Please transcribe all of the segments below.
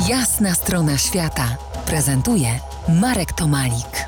Jasna strona świata prezentuje Marek Tomalik.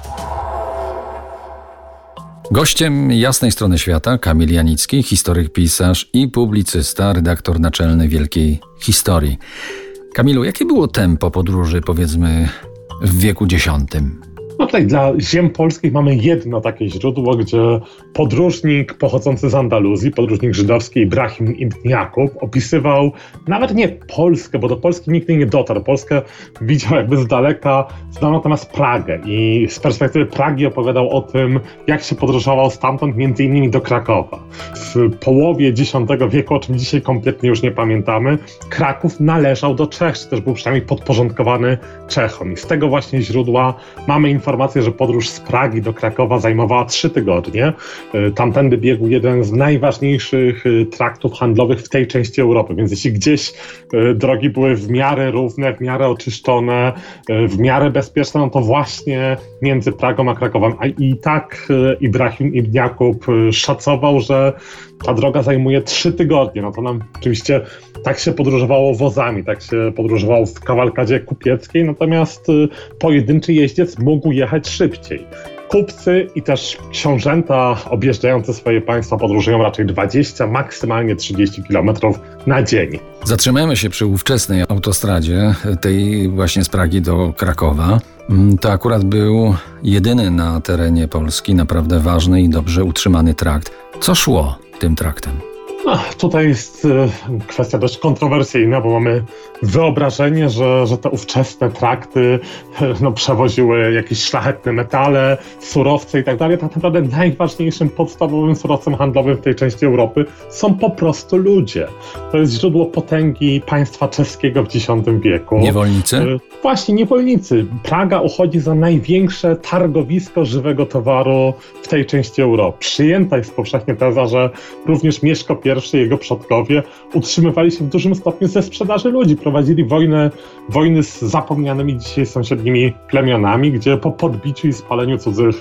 Gościem Jasnej Strony Świata Kamil Janicki, historyk, pisarz i publicysta, redaktor naczelny Wielkiej Historii. Kamilu, jakie było tempo podróży, powiedzmy, w wieku X? No tutaj dla ziem polskich mamy jedno takie źródło, gdzie podróżnik pochodzący z Andaluzji, podróżnik żydowski Ibrahim ibn Jakub opisywał nawet nie Polskę, bo do Polski nigdy nie dotarł. Polskę widział jakby z daleka, znał natomiast Pragę i z perspektywy Pragi opowiadał o tym, jak się podróżował stamtąd między innymi do Krakowa. W połowie X wieku, o czym dzisiaj kompletnie już nie pamiętamy, Kraków należał do Czech, czy też był przynajmniej podporządkowany Czechom. I z tego właśnie źródła mamy informację, że podróż z Pragi do Krakowa zajmowała 3 tygodnie. Tamtędy biegł jeden z najważniejszych traktów handlowych w tej części Europy, więc jeśli gdzieś drogi były w miarę równe, w miarę oczyszczone, w miarę bezpieczne, no to właśnie między Pragą a Krakowem. A i tak Ibrahim ibn Jakub szacował, że ta droga zajmuje 3 tygodnie. No to nam oczywiście tak się podróżowało wozami, tak się podróżowało w kawalkadzie kupieckiej, natomiast pojedynczy jeździec mógł jechać szybciej. Kupcy i też książęta objeżdżające swoje państwa podróżują raczej 20, maksymalnie 30 km na dzień. Zatrzymajmy się przy ówczesnej autostradzie, tej właśnie z Pragi do Krakowa. To akurat był jedyny na terenie Polski naprawdę ważny i dobrze utrzymany trakt. Co szło tym traktem? Tutaj jest kwestia dość kontrowersyjna, bo mamy wyobrażenie, że te ówczesne trakty przewoziły jakieś szlachetne metale, surowce i tak dalej. Tak naprawdę najważniejszym podstawowym surowcem handlowym w tej części Europy są po prostu ludzie. To jest źródło potęgi państwa czeskiego w X wieku. Niewolnicy? Właśnie, niewolnicy. Praga uchodzi za największe targowisko żywego towaru w tej części Europy. Przyjęta jest powszechnie teza, że również Mieszko I i jego przodkowie utrzymywali się w dużym stopniu ze sprzedaży ludzi. Prowadzili wojny z zapomnianymi dzisiaj sąsiednimi plemionami, gdzie po podbiciu i spaleniu cudzych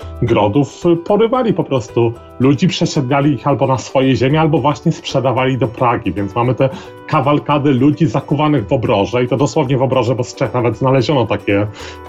grodów porywali po prostu ludzi, przesiedlali ich albo na swoje ziemię, albo właśnie sprzedawali do Pragi. Więc mamy te kawalkady ludzi zakuwanych w obroże i to dosłownie w obroże, bo z Czech nawet znaleziono takie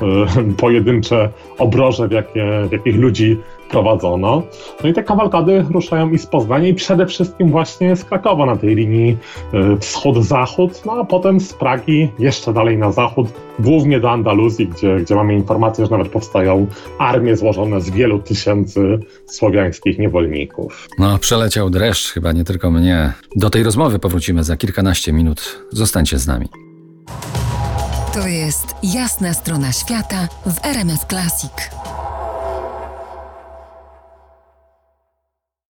pojedyncze obroże, w jakich ludzi prowadzono. No i te kawalkady ruszają i z Poznania i przede wszystkim właśnie z Krakowa na tej linii wschód-zachód, no a potem z Pragi jeszcze dalej na zachód, głównie do Andaluzji, gdzie mamy informację, że nawet powstają armie złożone z wielu tysięcy słowiańskich niewolników. No, przeleciał dreszcz, chyba nie tylko mnie. Do tej rozmowy powrócimy za kilkanaście minut. Zostańcie z nami. To jest Jasna Strona Świata w RMS Classic.